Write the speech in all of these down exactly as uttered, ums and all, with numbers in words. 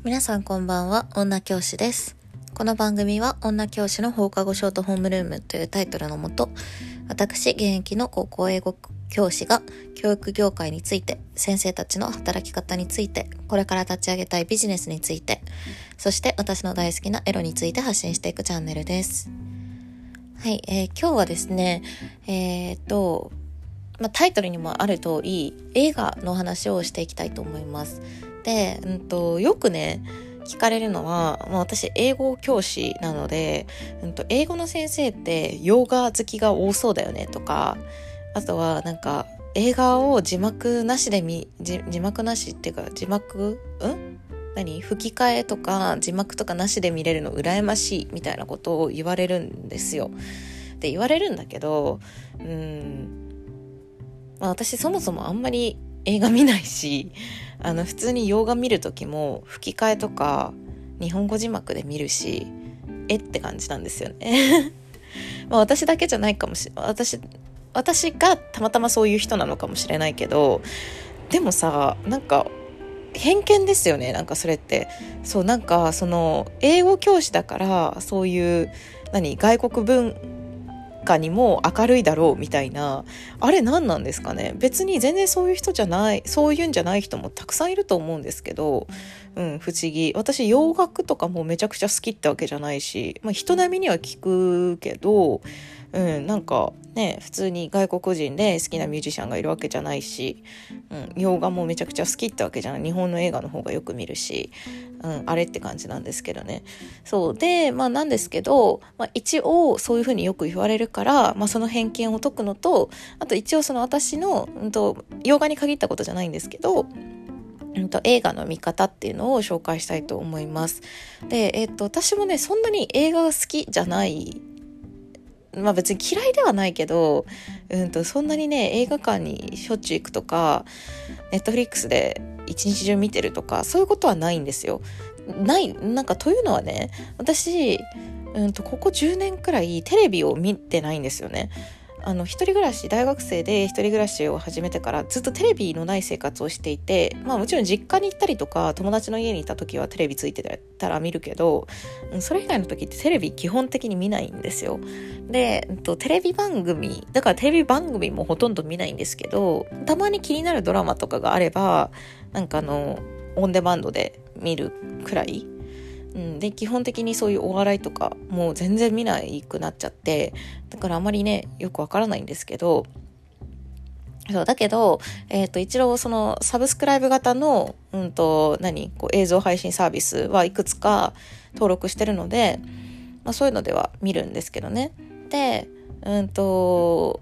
皆さんこんばんは、女教師です。この番組は女教師の放課後ショートホームルームというタイトルのもと、私現役の高校英語教師が教育業界について、先生たちの働き方について、これから立ち上げたいビジネスについて、そして私の大好きなエロについて発信していくチャンネルです。はい、えー、今日はですね、えー、っと、まあ、タイトルにもある通り映画の話をしていきたいと思います。で、うんと、よくね聞かれるのは、まあ、私英語教師なので、うんと、英語の先生って洋画好きが多そうだよねとか、あとはなんか映画を字幕なしで見字字幕なしっていうか字幕ん何吹き替えとか字幕とかなしで見れるの羨ましいみたいなことを言われるんですよ。で言われるんだけど、うーんまあ、私そもそもあんまり映画見ないし、あの普通に洋画見る時も吹き替えとか日本語字幕で見るし、えって感じなんですよねまあ私だけじゃないかもしれない、私私がたまたまそういう人なのかもしれないけど、でもさ、なんか偏見ですよね。なんかそれってそう、なんかその英語教師だからそういう何外国文かにも明るいだろうみたいな、あれ何なんですかね。別に全然そういう人じゃない、そういうんじゃない人もたくさんいると思うんですけど、うん、不思議。私洋楽とかもめちゃくちゃ好きってわけじゃないし、まあ、人並みには聞くけど、うん、なんかね、普通に外国人で好きなミュージシャンがいるわけじゃないし、うん、洋画もめちゃくちゃ好きってわけじゃない。日本の映画の方がよく見るし、うん、あれって感じなんですけどね。そうで、まあなんですけど、まあ、一応そういうふうによく言われるから、まあ、その偏見を解くのと、あと一応その私の、うんと、洋画に限ったことじゃないんですけど、うんと、映画の見方っていうのを紹介したいと思います。で、えっと、私もねそんなに映画が好きじゃない、まあ別に嫌いではないけど、うんと、そんなにね映画館にしょっちゅう行くとか、ネットフリックスで一日中見てるとか、そういうことはないんですよ。ない、なんかというのはね、私、うんと、ここじゅうねんくらいテレビを見てないんですよね。あの一人暮らし、大学生で一人暮らしを始めてからずっとテレビのない生活をしていて、まあもちろん実家に行ったりとか友達の家にいた時はテレビついてたら見るけど、それ以外の時ってテレビ基本的に見ないんですよ。で、テレビ番組だからテレビ番組もほとんど見ないんですけど、たまに気になるドラマとかがあればなんかあのオンデマンドで見るくらい、うん、で基本的にそういうお笑いとかもう全然見ないくなっちゃって、だからあまりねよくわからないんですけど、そうだけど、えーと、一応そのサブスクライブ型の、うんと、何こう映像配信サービスはいくつか登録してるので、まあ、そういうのでは見るんですけどね。で、うんと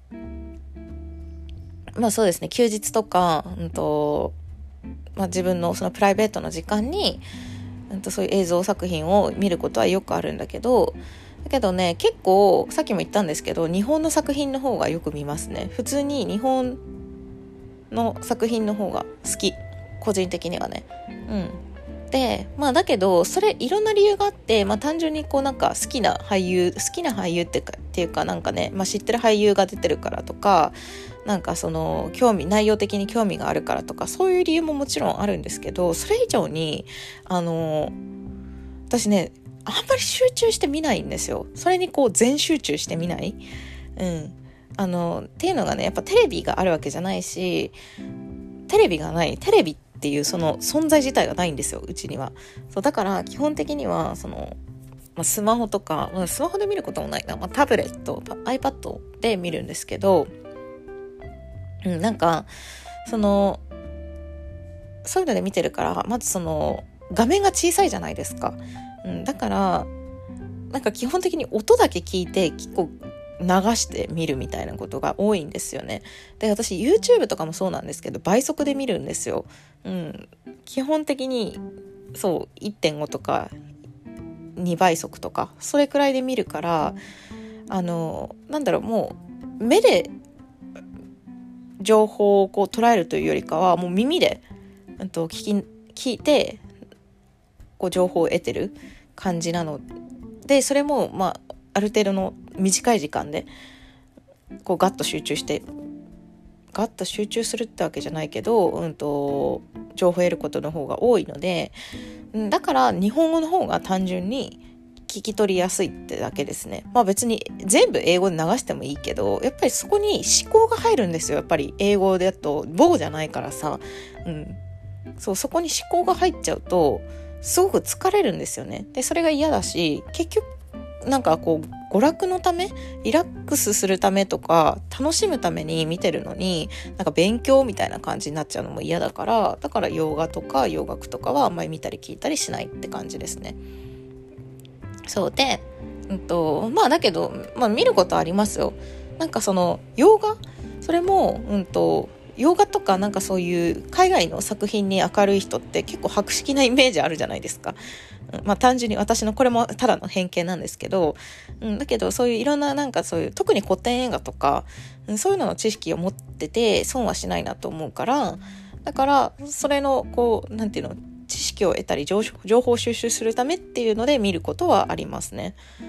まあそうですね、休日とか、うんとまあ、自分のそのプライベートの時間にそういう映像作品を見ることはよくあるんだけど、だけどね結構さっきも言ったんですけど、日本の作品の方がよく見ますね。普通に日本の作品の方が好き、個人的にはね。うんで、まあだけどそれいろんな理由があって、まあ単純にこうなんか好きな俳優好きな俳優っていうかっていうかなんかね、まあ知ってる俳優が出てるからとか、なんかその興味内容的に興味があるからとか、そういう理由ももちろんあるんですけど、それ以上にあの私ねあんまり集中して見ないんですよ。それにこう全集中して見ない、うんあのっていうのがね、やっぱテレビがあるわけじゃないし、テレビがないテレビっていうその存在自体がないんですよ、うちには。そうだから基本的にはその、まあ、スマホとか、まあ、スマホで見ることもないな、まあ、タブレット iPad で見るんですけど、うん、なんかそのそういうので見てるから、まずその画面が小さいじゃないですか、うん、だからなんか基本的に音だけ聞いて結構流して見るみたいなことが多いんですよね。で、私 YouTube とかもそうなんですけど倍速で見るんですよ。うん、基本的にそう いってんご とかにばい速とかそれくらいで見るから、あのなんだろう、もう目で情報をこう捉えるというよりかはもう耳で、うん、と聞き聞いてこう情報を得てる感じなので、それもまあある程度の短い時間でこうガッと集中してガッと集中するってわけじゃないけど、うんと情報を得ることの方が多いので、 だから日本語の方が単純に聞き取りやすいってだけですね。まあ別に全部英語で流してもいいけど、やっぱりそこに思考が入るんですよ。やっぱり英語だと母じゃないからさ、うん、そうそこに思考が入っちゃうとすごく疲れるんですよね。でそれが嫌だし、結局なんかこう娯楽のため、リラックスするためとか楽しむために見てるのに、なんか勉強みたいな感じになっちゃうのも嫌だから、だから洋画とか洋楽とかはあんまり見たり聞いたりしないって感じですね。そうで、うんと、まあだけど、まあ見ることありますよ。なんかその洋画、それもうんと洋画とかなんかそういう海外の作品に明るい人って結構博識なイメージあるじゃないですか。まあ単純に私のこれもただの偏見なんですけど、うん、だけどそういういろんななんかそういう特に古典映画とか、うん、そういうのの知識を持ってて損はしないなと思うから、だからそれのこうなんていうの、知識を得たり情報収集するためっていうので見ることはありますね。うん、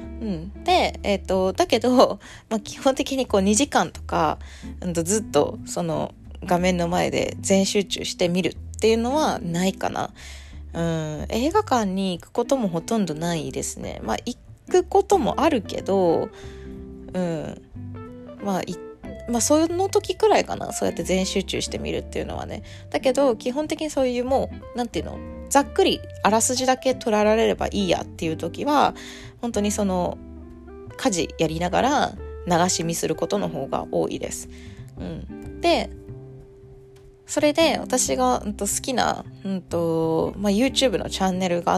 で、えーと、だけど、まあ、基本的にこうにじかんとか、うん、とずっとその画面の前で全集中して見るっていうのはないかな。うん、映画館に行くこともほとんどないですね。まあ行くこともあるけど、うん、まあ行まあその時くらいかな、そうやって全集中してみるっていうのはね。だけど基本的にそういうもうなんていうの、ざっくりあらすじだけ取られればいいやっていう時は本当にその家事やりながら流し見することの方が多いです。うん、でそれで私が、うん、と好きな、うんとまあ、YouTube のチャンネルがあって、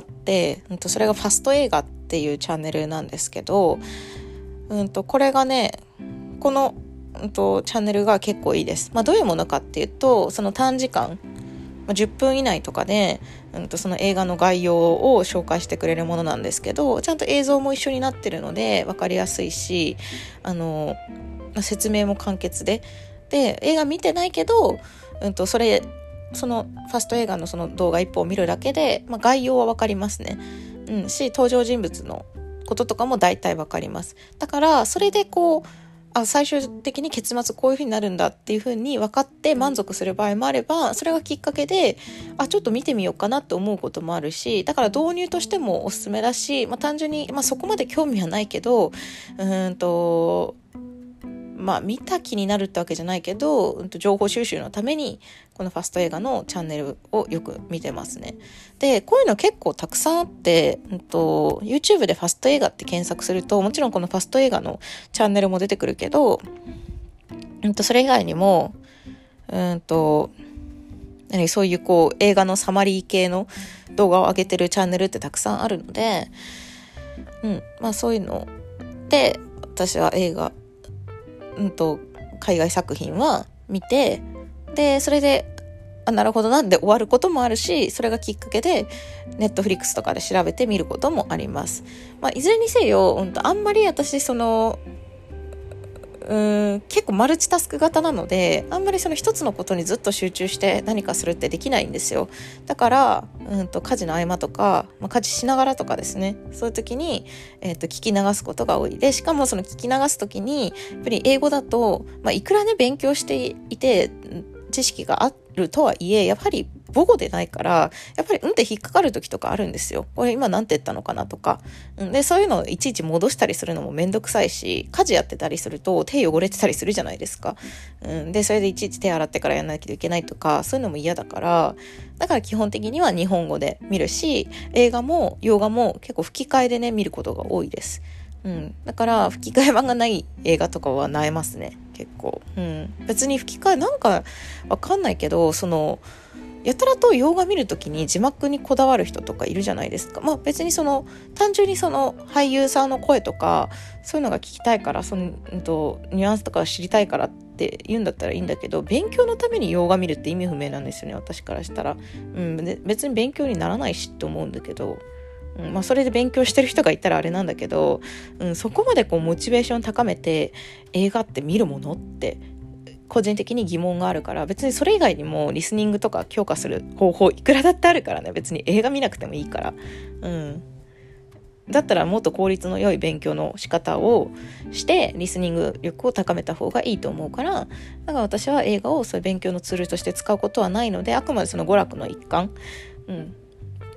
うん、とそれがファスト映画っていうチャンネルなんですけど、うん、とこれがね、このうんとチャンネルが結構いいです。まあ、どういうものかっていうと、その短時間、まあ、じゅっぷん以内とかで、うん、とその映画の概要を紹介してくれるものなんですけど、ちゃんと映像も一緒になってるので分かりやすいし、あの、まあ、説明も簡潔で、で映画見てないけど、うん、とそれそのファスト映画のその動画一本を見るだけで、まあ、概要は分かりますね。うん、し登場人物のこととかも大体分かります。だからそれでこうあ最終的に結末こういう風になるんだっていう風に分かって満足する場合もあれば、それがきっかけであちょっと見てみようかなって思うこともあるし、だから導入としてもおすすめだし、まあ、単純に、まあ、そこまで興味はないけどうーんとまあ見た気になるってわけじゃないけど、うん、と情報収集のためにこのファスト映画のチャンネルをよく見てますね。でこういうの結構たくさんあって、うん、と YouTube でファスト映画って検索するともちろんこのファスト映画のチャンネルも出てくるけど、うん、とそれ以外にもうんと何そういうこう映画のサマリー系の動画を上げてるチャンネルってたくさんあるので、うんまあそういうので私は映画うんと海外作品は見て、でそれであなるほどなんで終わることもあるし、それがきっかけでネットフリックスとかで調べて見ることもあります。まあ、いずれにせよ、うんとあんまり私そのうーん結構マルチタスク型なので、あんまりその一つのことにずっと集中して何かするってできないんですよ。だからうんと家事の合間とか、まあ、家事しながらとかですね、そういう時に、えー、と聞き流すことが多いで、しかもその聞き流す時にやっぱり英語だと、まあ、いくらね勉強していて知識があるとはいえ、やっぱり母語でないからやっぱりうんって引っかかる時とかあるんですよ。これ今なんて言ったのかなとか、うん、でそういうのをいちいち戻したりするのもめんどくさいし、家事やってたりすると手汚れてたりするじゃないですか、うん、でそれでいちいち手洗ってからやらなきゃいけないとか、そういうのも嫌だから、だから基本的には日本語で見るし、映画も洋画も結構吹き替えでね見ることが多いです。うん、だから吹き替え版がない映画とかは萎えますね結構、うん、別に吹き替えなんかわかんないけど、そのやたらと洋画見るときに字幕にこだわる人とかいるじゃないですか。まあ別にその単純にその俳優さんの声とかそういうのが聞きたいから、その、うん、とニュアンスとか知りたいからって言うんだったらいいんだけど、勉強のために洋画見るって意味不明なんですよね私からしたら、うん、で別に勉強にならないしって思うんだけど、うんまあ、それで勉強してる人がいたらあれなんだけど、うん、そこまでこうモチベーション高めて映画って見るものって個人的に疑問があるから、別にそれ以外にもリスニングとか強化する方法いくらだってあるからね、別に映画見なくてもいいから、うん、だったらもっと効率の良い勉強の仕方をしてリスニング力を高めた方がいいと思うから、だから私は映画をそういう勉強のツールとして使うことはないので、あくまでその娯楽の一環、うん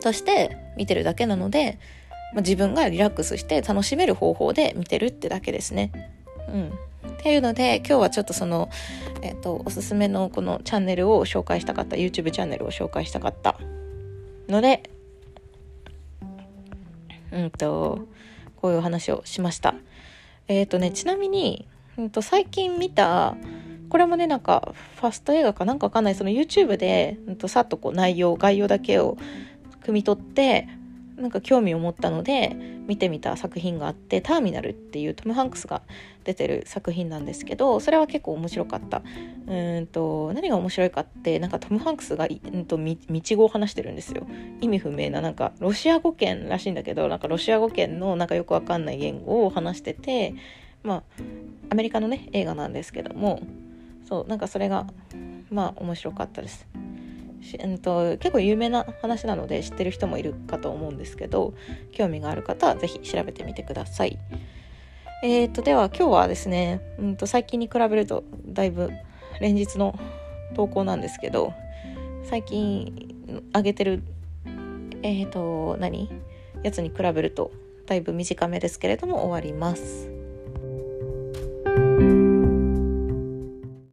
として見てるだけなので、まあ、自分がリラックスして楽しめる方法で見てるってだけですね。うんっていうので、今日はちょっとその、えっと、おすすめのこのチャンネルを紹介したかった YouTube チャンネルを紹介したかったので、うんとこういう話をしました。えっとねちなみに、うんと最近見たこれもねなんかファスト映画かなんかわかんない、その YouTube で、うんとさっとこう内容概要だけを汲み取ってなんか興味を持ったので見てみた作品があって、ターミナルっていうトム・ハンクスが出てる作品なんですけど、それは結構面白かった。うーんと何が面白いかって、なんかトム・ハンクスが、うんと道語を話してるんですよ。意味不明ななんかロシア語圏らしいんだけど、なんかロシア語圏のなんかよくわかんない言語を話してて、まあアメリカのね映画なんですけども、そうなんかそれがまあ面白かったです。うんと結構有名な話なので知ってる人もいるかと思うんですけど、興味がある方はぜひ調べてみてください。えーとでは今日はですね、うんと最近に比べるとだいぶ連日の投稿なんですけど、最近上げてるえーと何やつに比べるとだいぶ短めですけれども終わります。